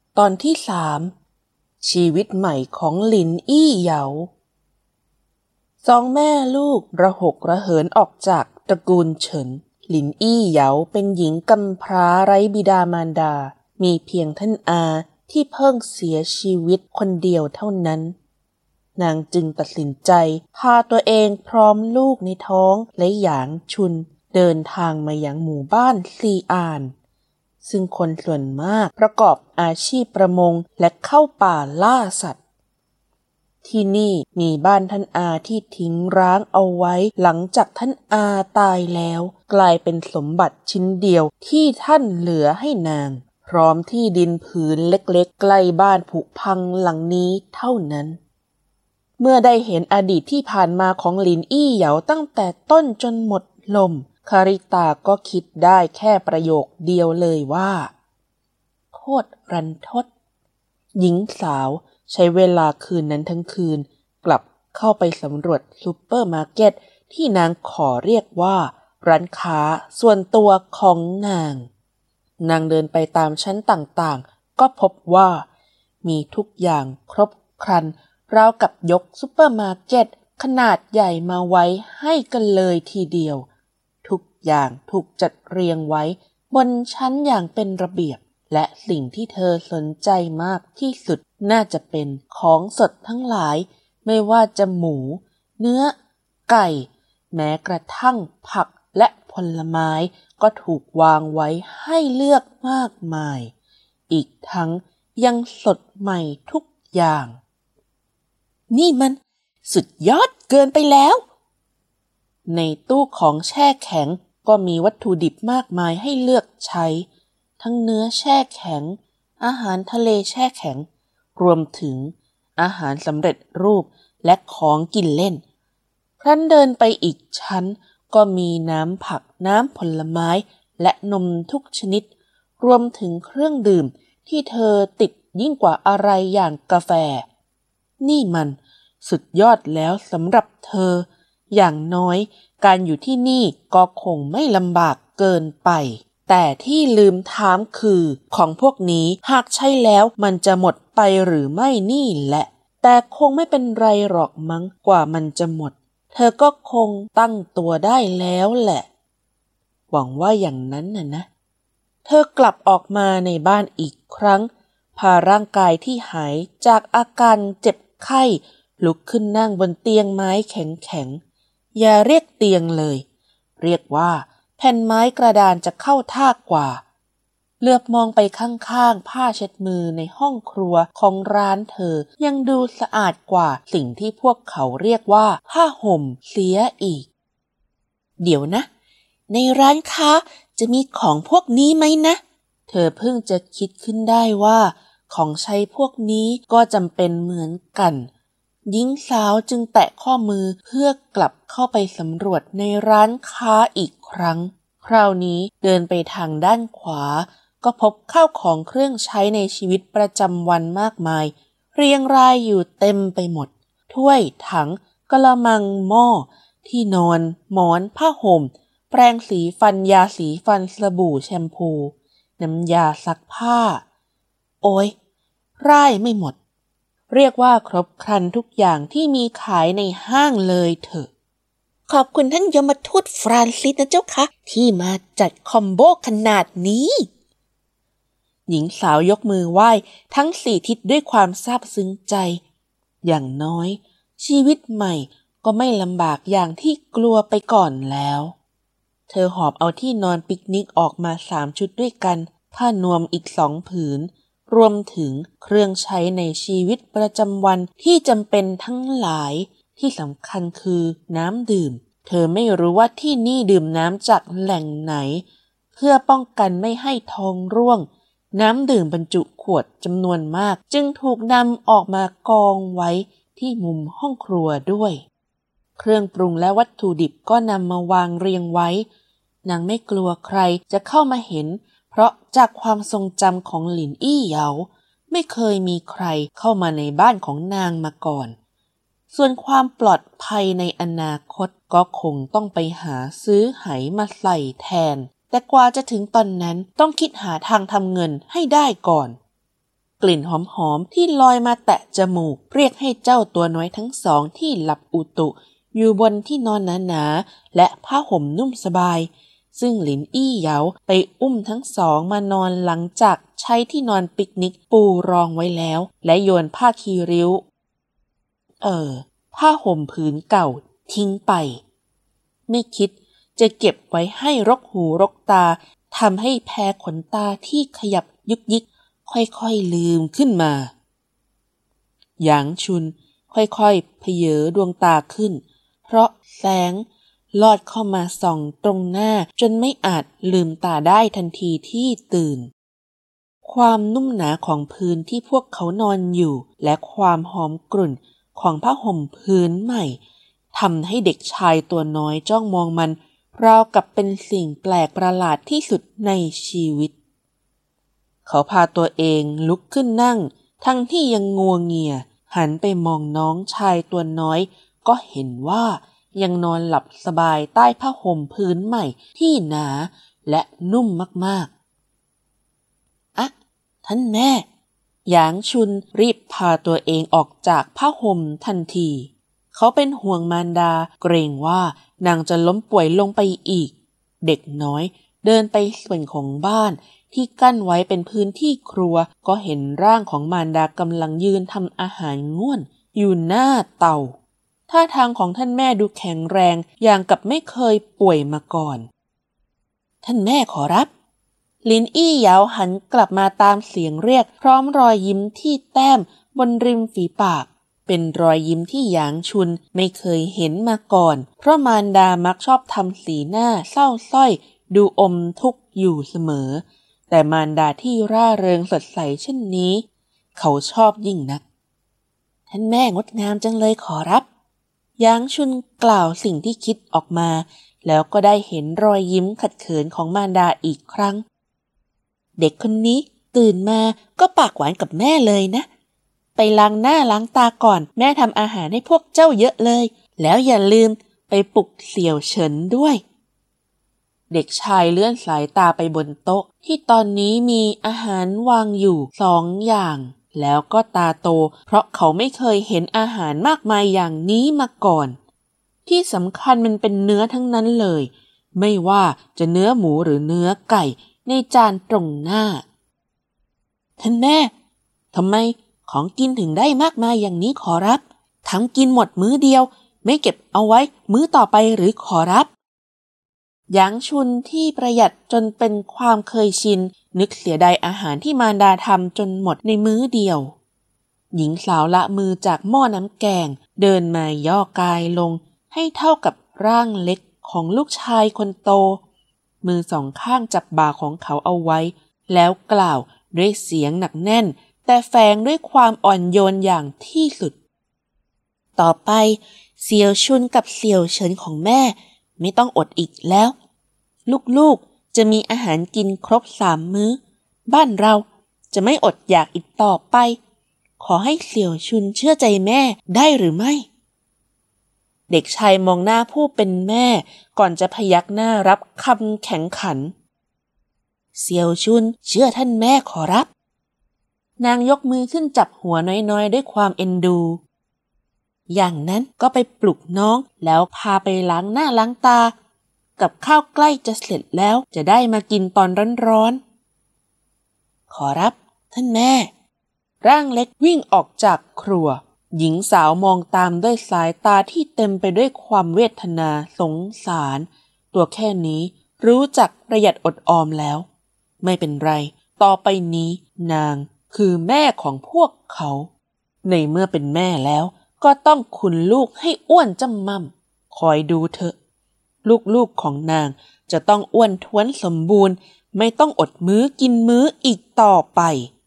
ตอนที่3ชีวิตใหม่ของหลินอี้เหยาสองแม่ลูกระหกระเหินออกจากตระกูลเฉินหลินอี้เหยาเป็นหญิงกำพร้าไร้บิดามารดามีเพียงท่านอาที่เพิ่งเสียชีวิตคนเดียวเท่านั้นนางจึงตัดสินใจพาตัวเองพร้อมลูกในท้องและหยางชุนเดินทางมายังหมู่บ้านซีอานซึ่งคนส่วนมากประกอบอาชีพประมงและเข้าป่าล่าสัตว์ที่นี่มีบ้านท่านอาที่ทิ้งร้างเอาไว้หลังจากท่านอาตายแล้วกลายเป็นสมบัติชิ้นเดียวที่ท่านเหลือให้นางพร้อมที่ดินผืนเล็กๆใกล้บ้านผุพังหลังนี้เท่านั้นเมื่อได้เห็นอดีตที่ผ่านมาของหลินอี้เหยาตั้งแต่ต้นจนหมดลมคาริตาก็คิดได้แค่ประโยคเดียวเลยว่าโคตรรันทดหญิงสาวใช้เวลาคืนนั้นทั้งคืนกลับเข้าไปสำรวจซูเปอร์มาร์เก็ตที่นางขอเรียกว่าร้านค้าส่วนตัวของนางเดินไปตามชั้นต่างๆก็พบว่ามีทุกอย่างครบครันราวกับยกซูเปอร์มาร์เก็ตขนาดใหญ่มาไว้ให้กันเลยทีเดียวทุกอย่างถูกจัดเรียงไว้บนชั้นอย่างเป็นระเบียบและสิ่งที่เธอสนใจมากที่สุดน่าจะเป็นของสดทั้งหลายไม่ว่าจะหมูเนื้อไก่แม้กระทั่งผักและผลไม้ก็ถูกวางไว้ให้เลือกมากมายอีกทั้งยังสดใหม่ทุกอย่างนี่มันสุดยอดเกินไปแล้วในตู้ของแช่แข็งก็มีวัตถุดิบมากมายให้เลือกใช้ทั้งเนื้อแช่แข็งอาหารทะเลแช่แข็งรวมถึงอาหารสำเร็จรูปและของกินเล่นครั้นเดินไปอีกชั้นก็มีน้ำผักน้ำผลไม้และนมทุกชนิดรวมถึงเครื่องดื่มที่เธอติดยิ่งกว่าอะไรอย่างกาแฟนี่มันสุดยอดแล้วสำหรับเธออย่างน้อยการอยู่ที่นี่ก็คงไม่ลำบากเกินไปแต่ที่ลืมถามคือของพวกนี้หากใช้แล้วมันจะหมดไปหรือไม่นี่แหละแต่คงไม่เป็นไรหรอกมั้งกว่ามันจะหมดเธอก็คงตั้งตัวได้แล้วแหละหวังว่าอย่างนั้นนะเธอกลับออกมาในบ้านอีกครั้งพาร่างกายที่หายจากอาการเจ็บไข้ลุกขึ้นนั่งบนเตียงไม้แข็งๆอย่าเรียกเตียงเลยเรียกว่าแผ่นไม้กระดานจะเข้าท่ากว่าเหลือบมองไปข้างๆผ้าเช็ดมือในห้องครัวของร้านเธอยังดูสะอาดกว่าสิ่งที่พวกเขาเรียกว่าผ้าห่มเสียอีกเดี๋ยวนะในร้านค้าจะมีของพวกนี้ไหมนะเธอเพิ่งจะคิดขึ้นได้ว่าของใช้พวกนี้ก็จำเป็นเหมือนกันหญิงสาวจึงแตะข้อมือเพื่อกลับเข้าไปสำรวจในร้านค้าอีกครั้งคราวนี้เดินไปทางด้านขวาก็พบข้าวของเครื่องใช้ในชีวิตประจำวันมากมายเรียงรายอยู่เต็มไปหมดถ้วยถังกะละมังหม้อที่นอนหมอนผ้าห่มแปรงสีฟันยาสีฟันสบู่แชมพูน้ำยาซักผ้าโอ้ยร่ายไม่หมดเรียกว่าครบครันทุกอย่างที่มีขายในห้างเลยเถอะขอบคุณท่านยมทูตฟรานซิสนะเจ้าคะที่มาจัดคอมโบขนาดนี้หญิงสาวยกมือไหว้ทั้ง4ทิศด้วยความซาบซึ้งใจอย่างน้อยชีวิตใหม่ก็ไม่ลำบากอย่างที่กลัวไปก่อนแล้วเธอหอบเอาที่นอนปิกนิกออกมา3ชุดด้วยกันผ้านวมอีก2 ผืนรวมถึงเครื่องใช้ในชีวิตประจำวันที่จำเป็นทั้งหลายที่สำคัญคือน้ำดื่มเธอไม่รู้ว่าที่นี่ดื่มน้ำจากแหล่งไหนเพื่อป้องกันไม่ให้ท้องร่วงน้ำดื่มบรรจุขวดจำนวนมากจึงถูกนำออกมากองไว้ที่มุมห้องครัวด้วยเครื่องปรุงและวัตถุดิบก็นำมาวางเรียงไว้นางไม่กลัวใครจะเข้ามาเห็นเพราะจากความทรงจำของหลินอี้เหยาไม่เคยมีใครเข้ามาในบ้านของนางมาก่อนส่วนความปลอดภัยในอนาคตก็คงต้องไปหาซื้อไหมาใส่แทนแต่กว่าจะถึงตอนนั้นต้องคิดหาทางทำเงินให้ได้ก่อนกลิ่นหอมๆที่ลอยมาแตะจมูกเรียกให้เจ้าตัวน้อยทั้งสองที่หลับอุตุอยู่บนที่นอนหนาๆและผ้าห่มนุ่มสบายซึ่งหลินอี้เหยาไปอุ้มทั้งสองมานอนหลังจากใช้ที่นอนปิกนิกปูรองไว้แล้วและโยนผ้าคีริ้วผ้าห่มผืนเก่าทิ้งไปไม่คิดจะเก็บไว้ให้รกหูรกตาทำให้แพรขนตาที่ขยับยุกยิกค่อยๆลืมขึ้นมาหยางชุนค่อยๆเผยดวงตาขึ้นเพราะแสงลอดเข้ามาส่องตรงหน้าจนไม่อาจลืมตาได้ทันทีที่ตื่นความนุ่มหนาของพื้นที่พวกเขานอนอยู่และความหอมกรุ่นของผ้าห่มพื้นใหม่ทำให้เด็กชายตัวน้อยจ้องมองมันราวกับเป็นสิ่งแปลกประหลาดที่สุดในชีวิตเขาพาตัวเองลุกขึ้นนั่งทั้งที่ยังงัวเงียหันไปมองน้องชายตัวน้อยก็เห็นว่ายังนอนหลับสบายใต้ผ้าห่มพื้นใหม่ที่หนาและนุ่มมากๆท่านแม่หยางชุนรีบพาตัวเองออกจากผ้าห่มทันทีเขาเป็นห่วงมารดาเกรงว่านางจะล้มป่วยลงไปอีกเด็กน้อยเดินไปส่วนของบ้านที่กั้นไว้เป็นพื้นที่ครัวก็เห็นร่างของมารดากำลังยืนทำอาหารง่วนอยู่หน้าเตาท่าทางของท่านแม่ดูแข็งแรงอย่างกับไม่เคยป่วยมาก่อนท่านแม่ขอรับลินอี้เหยาหันกลับมาตามเสียงเรียกพร้อมรอยยิ้มที่แต้มบนริมฝีปากเป็นรอยยิ้มที่หยางชุนไม่เคยเห็นมาก่อนเพราะมารดามักชอบทำสีหน้าเศร้าส้อยดูอมทุกข์อยู่เสมอแต่มารดาที่ร่าเริงสดใสเช่นนี้เขาชอบยิ่งนักท่านแม่งดงามจังเลยขอรับหยางชุนกล่าวสิ่งที่คิดออกมาแล้วก็ได้เห็นรอยยิ้มขัดเขินของมารดาอีกครั้งเด็กคนนี้ตื่นมาก็ปากหวานกับแม่เลยนะไปล้างหน้าล้างตาก่อนแม่ทำอาหารให้พวกเจ้าเยอะเลยแล้วอย่าลืมไปปลุกเสี่ยวเฉินด้วยเด็กชายเลื่อนสายตาไปบนโต๊ะที่ตอนนี้มีอาหารวางอยู่2 อย่างแล้วก็ตาโตเพราะเขาไม่เคยเห็นอาหารมากมายอย่างนี้มาก่อนที่สำคัญมันเป็นเนื้อทั้งนั้นเลยไม่ว่าจะเนื้อหมูหรือเนื้อไก่ในจานตรงหน้าท่านแม่ทำไมของกินถึงได้มากมายอย่างนี้ขอรับทั้งกินหมดมื้อเดียวไม่เก็บเอาไว้มื้อต่อไปหรือขอรับหยางชุนที่ประหยัดจนเป็นความเคยชินนึกเสียดายอาหารที่มารดาทำจนหมดในมื้อเดียวหญิงสาวละมือจากหม้อน้ำแกงเดินมาย่อกายลงให้เท่ากับร่างเล็กของลูกชายคนโตมือ2 ข้างจับบ่าของเขาเอาไว้แล้วกล่าวด้วยเสียงหนักแน่นแต่แฝงด้วยความอ่อนโยนอย่างที่สุดต่อไปเสี่ยวชุนกับเสี่ยวเฉินของแม่ไม่ต้องอดอีกแล้วลูกๆจะมีอาหารกินครบ3 มื้อบ้านเราจะไม่อดอยากอีกต่อไปขอให้เสี่ยวชุนเชื่อใจแม่ได้หรือไม่เด็กชายมองหน้าผู้เป็นแม่ก่อนจะพยักหน้ารับคำแข็งขันเสี่ยวชุนเชื่อท่านแม่ขอรับนางยกมือขึ้นจับหัวน้อยๆด้วยความเอ็นดูอย่างนั้นก็ไปปลุกน้องแล้วพาไปล้างหน้าล้างตากับข้าวใกล้จะเสร็จแล้วจะได้มากินตอนร้อนๆขอรับท่านแม่ร่างเล็กวิ่งออกจากครัวหญิงสาวมองตามด้วยสายตาที่เต็มไปด้วยความเวทนาสงสารตัวแค่นี้รู้จักประหยัดอดออมแล้วไม่เป็นไรต่อไปนี้นางคือแม่ของพวกเขาในเมื่อเป็นแม่แล้วก็ต้องขุนลูกให้อ้วนจำม่ำคอยดูเถอะลูกๆของนางจะต้องอ้วนท้วนสมบูรณ์ไม่ต้องอดมื้อกินมื้ออีกต่อไป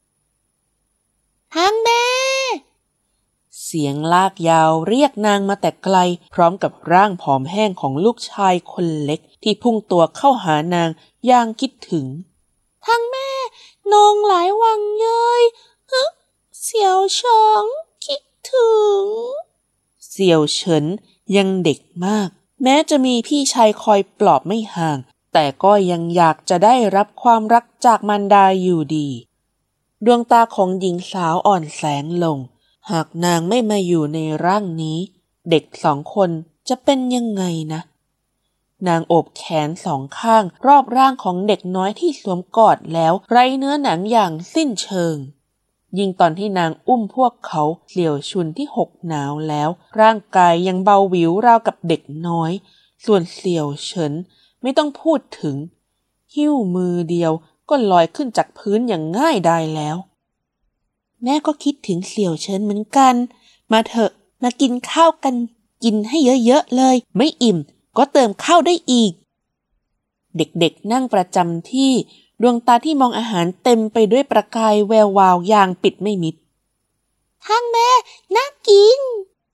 ฮังแม่เสียงลากยาวเรียกนางมาแต่ไกลพร้อมกับร่างผอมแห้งของลูกชายคนเล็กที่พุ่งตัวเข้าหานางอย่างคิดถึงฮังแม่นองหลายวังเย้ยเสี่ยวเฉิงคิดถึงเสี่ยวเฉินยังเด็กมากแม้จะมีพี่ชายคอยปลอบไม่ห่างแต่ก็ยังอยากจะได้รับความรักจากมารดาอยู่ดีดวงตาของหญิงสาวอ่อนแสงลงหากนางไม่มาอยู่ในร่างนี้เด็ก2 คนจะเป็นยังไงนะนางโอบแขน2 ข้างรอบร่างของเด็กน้อยที่สวมกอดแล้วไร้เนื้อหนังอย่างสิ้นเชิงยิ่งตอนที่นางอุ้มพวกเขาเสี่ยวชุนที่6 หนาวแล้วร่างกายยังเบาหวิวราวกับเด็กน้อยส่วนเสี่ยวเฉินไม่ต้องพูดถึงหิ้วมือเดียวก็ลอยขึ้นจากพื้นอย่างง่ายดายแล้วแม่ก็คิดถึงเสี่ยวเฉินเหมือนกันมาเถอะมากินข้าวกันกินให้เยอะๆเลยไม่อิ่มก็เติมข้าวได้อีกเด็กๆนั่งประจำที่ดวงตาที่มองอาหารเต็มไปด้วยประกายแวววาวอย่างปิดไม่มิดทั้งแม่น่ากิน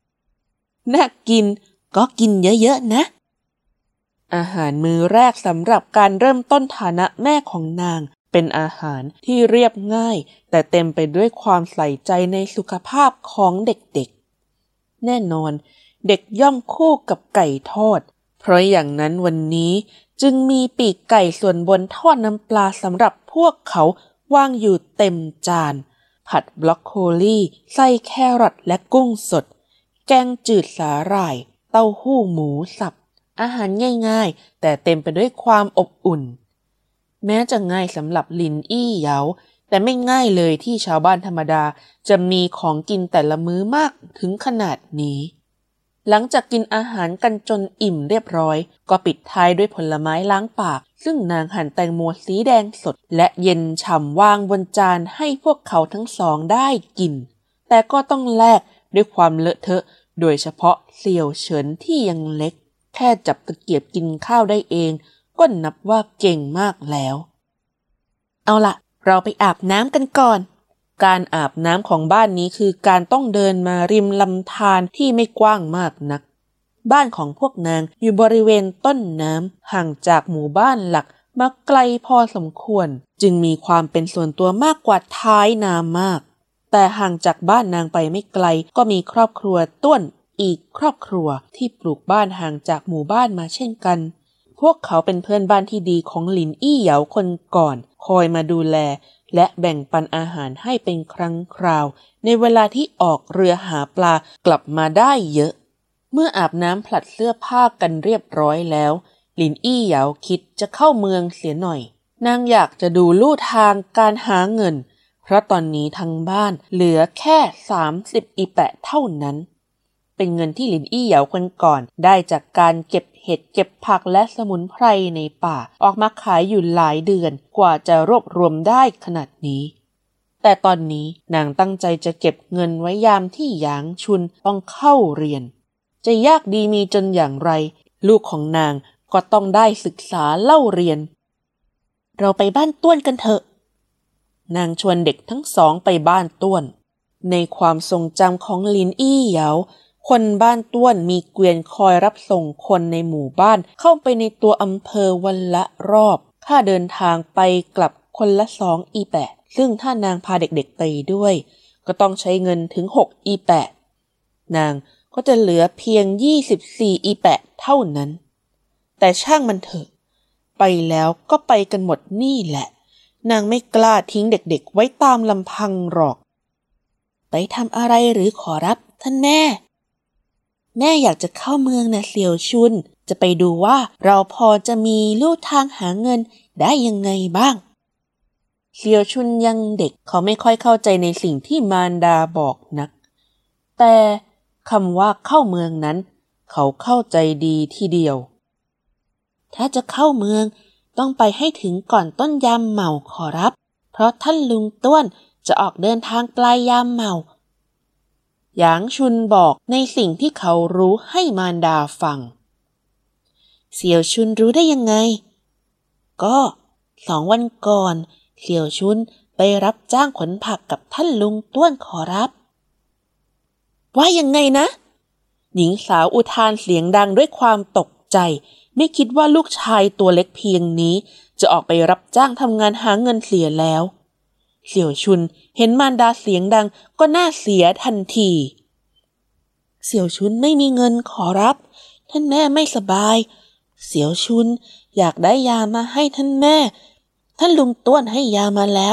ก็กินเยอะๆนะอาหารมื้อแรกสำหรับการเริ่มต้นฐานะแม่ของนางเป็นอาหารที่เรียบง่ายแต่เต็มไปด้วยความใส่ใจในสุขภาพของเด็กๆแน่นอนเด็กย่อมคู่กับไก่ทอดเพราะอย่างนั้นวันนี้จึงมีปีกไก่ส่วนบนทอดน้ำปลาสำหรับพวกเขาวางอยู่เต็มจานผัดบล็อกโคลี่ใส่แครอทและกุ้งสดแกงจืดสาหร่ายเต้าหู้หมูสับอาหารง่ายๆแต่เต็มไปด้วยความอบอุ่นแม้จะง่ายสำหรับลินอี้เหยาแต่ไม่ง่ายเลยที่ชาวบ้านธรรมดาจะมีของกินแต่ละมื้อมากถึงขนาดนี้หลังจากกินอาหารกันจนอิ่มเรียบร้อยก็ปิดท้ายด้วยผลไม้ล้างปากซึ่งนางหั่นแตงโมสีแดงสดและเย็นฉ่ำวางบนจานให้พวกเขาทั้งสองได้กินแต่ก็ต้องแลกด้วยความเลอะเทอะโดยเฉพาะเสี่ยวเฉินที่ยังเล็กแค่จับตะเกียบกินข้าวได้เองก็นับว่าเก่งมากแล้วเอาล่ะเราไปอาบน้ำกันก่อนการอาบน้ำของบ้านนี้คือการต้องเดินมาริมลำธารที่ไม่กว้างมากนักบ้านของพวกนางอยู่บริเวณต้นน้ำห่างจากหมู่บ้านหลักมาไกลพอสมควรจึงมีความเป็นส่วนตัวมากกว่าท้ายน้ำมากแต่ห่างจากบ้านนางไปไม่ไกลก็มีครอบครัวต้วนอีกครอบครัวที่ปลูกบ้านห่างจากหมู่บ้านมาเช่นกันพวกเขาเป็นเพื่อนบ้านที่ดีของหลินอี้เหยาคนก่อนคอยมาดูแลและแบ่งปันอาหารให้เป็นครั้งคราวในเวลาที่ออกเรือหาปลากลับมาได้เยอะเมื่ออาบน้ำผลัดเสื้อผ้ากันเรียบร้อยแล้วหลินอี้เหยาคิดจะเข้าเมืองเสียหน่อยนางอยากจะดูลู่ทางการหาเงินเพราะตอนนี้ทั้งบ้านเหลือแค่30 อีแปะเท่านั้นเป็นเงินที่หลินอี้เหยาคนก่อนได้จากการเก็บเห็ดเก็บผักและสมุนไพรในป่าออกมาขายอยู่หลายเดือนกว่าจะรวบรวมได้ขนาดนี้แต่ตอนนี้นางตั้งใจจะเก็บเงินไว้ยามที่หยางชุนต้องเข้าเรียนจะยากดีมีจนอย่างไรลูกของนางก็ต้องได้ศึกษาเล่าเรียนเราไปบ้านต้วนกันเถอะนางชวนเด็กทั้งสองไปบ้านต้วนในความทรงจำของหลินอี้เหยาคนบ้านต้วนมีเกวียนคอยรับส่งคนในหมู่บ้านเข้าไปในตัวอำเภอวันละรอบค่าเดินทางไปกลับคนละ2 อีแปะซึ่งถ้านางพาเด็กๆไปด้วยก็ต้องใช้เงินถึง6 อีแปะนางก็จะเหลือเพียง24 อีแปะเท่านั้นแต่ช่างมันเถอะไปแล้วก็ไปกันหมดนี่แหละนางไม่กล้าทิ้งเด็กๆไว้ตามลำพังหรอกไปทำอะไรหรือขอรับท่านแม่อยากจะเข้าเมืองนะเสี่ยวชุนจะไปดูว่าเราพอจะมีลู่ทางหาเงินได้ยังไงบ้างเสี่ยวชุนยังเด็กเขาไม่ค่อยเข้าใจในสิ่งที่มารดาบอกนักแต่คำว่าเข้าเมืองนั้นเขาเข้าใจดีทีเดียวถ้าจะเข้าเมืองต้องไปให้ถึงก่อนต้นยามเหมาขอรับเพราะท่านลุงต้วนจะออกเดินทางปลายยามเหมาหยางชุนบอกในสิ่งที่เขารู้ให้มารดาฟังเสี่ยวชุนรู้ได้ยังไงก็2 วันก่อนเสี่ยวชุนไปรับจ้างขนผักกับท่านลุงต้วนขอรับว่ายังไงนะหญิงสาวอุทานเสียงดังด้วยความตกใจไม่คิดว่าลูกชายตัวเล็กเพียงนี้จะออกไปรับจ้างทำงานหาเงินเสียแล้วเสี่ยวชุนเห็นมารดาเสียงดังก็น่าเสียทันทีเสี่ยวชุนไม่มีเงินขอรับท่านแม่ไม่สบายเสี่ยวชุนอยากได้ยามาให้ท่านแม่ท่านลุงต้วนให้ยามาแล้ว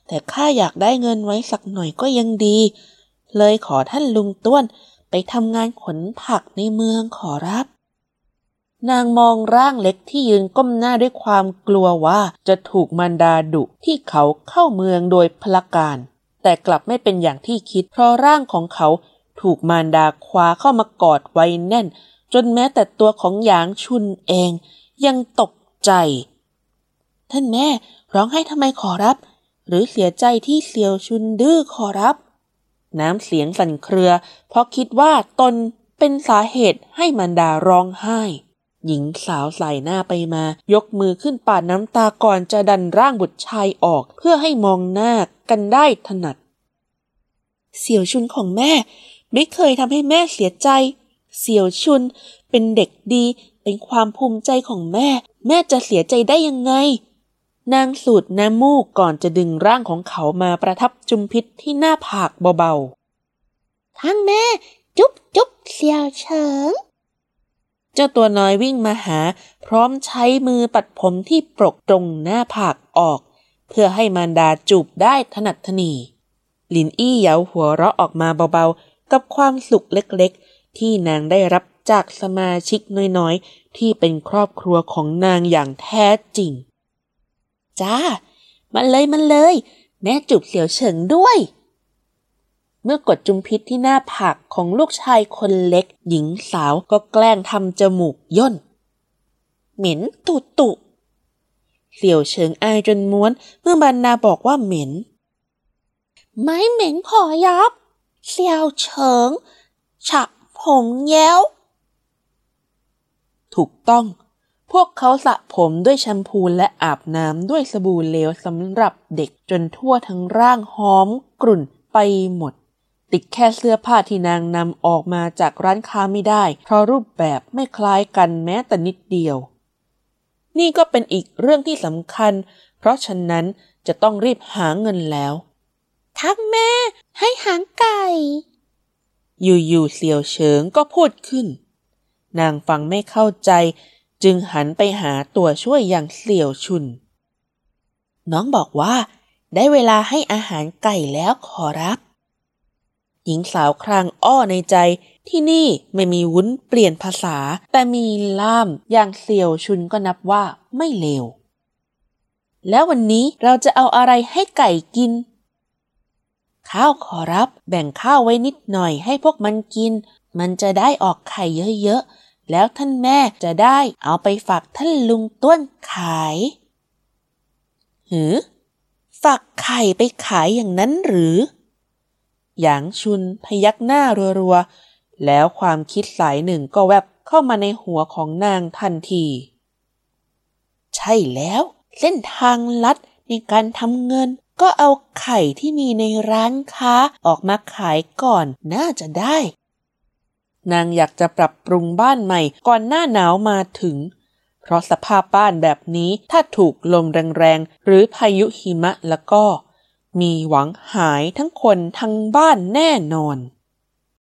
แต่ข้าอยากได้เงินไว้สักหน่อยก็ยังดีเลยขอท่านลุงต้วนไปทำงานขนผักในเมืองขอรับนางมองร่างเล็กที่ยืนก้มหน้าด้วยความกลัวว่าจะถูกมารดาดุที่เขาเข้าเมืองโดยพลการแต่กลับไม่เป็นอย่างที่คิดเพราะร่างของเขาถูกมารดาคว้าเข้ามากอดไว้แน่นจนแม้แต่ตัวของหยางชุนเองยังตกใจท่านแม่ร้องไห้ทำไมขอรับหรือเสียใจที่เสี่ยวชุนดื้อขอรับน้ำเสียงสั่นเครือเพราะคิดว่าตนเป็นสาเหตุให้มารดาร้องไห้หญิงสาวสายหน้าไปมายกมือขึ้นปาดน้ำตาก่อนจะดันร่างบุตรชายออกเพื่อให้มองหน้ากันได้ถนัดเสี่ยวชุนของแม่ไม่เคยทำให้แม่เสียใจเสี่ยวชุนเป็นเด็กดีเป็นความภูมิใจของแม่แม่จะเสียใจได้ยังไงนางสูดน้ำมูกก่อนจะดึงร่างของเขามาประทับจุมพิษที่หน้าผากเบาๆท่านแม่จุ๊บจุ๊บเสี่ยวเฉิงเจ้าตัวน้อยวิ่งมาหาพร้อมใช้มือปัดผมที่ปรกตรงหน้าผากออกเพื่อให้มารดาจูบได้ถนัดถนีหลินอี้เหยาหัวเราะออกมาเบาๆกับความสุขเล็กๆที่นางได้รับจากสมาชิกน้อยๆที่เป็นครอบครัวของนางอย่างแท้จริงจ้ามันเลยแม่จูบเสี่ยวเฉิงด้วยเมื่อกดจุมพิษที่หน้าผากของลูกชายคนเล็กหญิงสาวก็แกล้งทำจมูกย่นเหม็นตุเสี่ยวเฉิงอายจนม้วนเมื่อบรรณาบอกว่าเหม็นไม่เหม็นขอยับเสี่ยวเฉิงฉะผมแย้วถูกต้องพวกเขาสระผมด้วยแชมพูและอาบน้ำด้วยสบู่เหลวสำหรับเด็กจนทั่วทั้งร่างหอมกรุ่นไปหมดติดแค่เสื้อผ้าที่นางนำออกมาจากร้านค้าไม่ได้เพราะรูปแบบไม่คล้ายกันแม้แต่นิดเดียวนี่ก็เป็นอีกเรื่องที่สำคัญเพราะฉะนั้นจะต้องรีบหาเงินแล้วท่านแม่ให้หางไก่อยู่เสี่ยวเฉิงก็พูดขึ้นนางฟังไม่เข้าใจจึงหันไปหาตัวช่วยอย่างเสี่ยวชุนน้องบอกว่าได้เวลาให้อาหารไก่แล้วขอรับหญิงสาวครางอ้อในใจที่นี่ไม่มีวุ้นเปลี่ยนภาษาแต่มีล่ามอย่างเสี่ยวชุนก็นับว่าไม่เลวแล้ววันนี้เราจะเอาอะไรให้ไก่กินข้าวขอรับแบ่งข้าวไว้นิดหน่อยให้พวกมันกินมันจะได้ออกไข่เยอะๆแล้วท่านแม่จะได้เอาไปฝากท่านลุงต้วนขายฝากไข่ไปขายอย่างนั้นหรือหยางชุนพยักหน้ารัวๆแล้วความคิดสายหนึ่งก็แวบเข้ามาในหัวของนางทันทีใช่แล้วเส้นทางลัดในการทำเงินก็เอาไข่ที่มีในร้านค้าออกมาขายก่อนน่าจะได้นางอยากจะปรับปรุงบ้านใหม่ก่อนหน้าหนาวมาถึงเพราะสภาพบ้านแบบนี้ถ้าถูกลมแรงๆหรือพายุหิมะแล้วก็มีหวังหายทั้งคนทั้งบ้านแน่นอน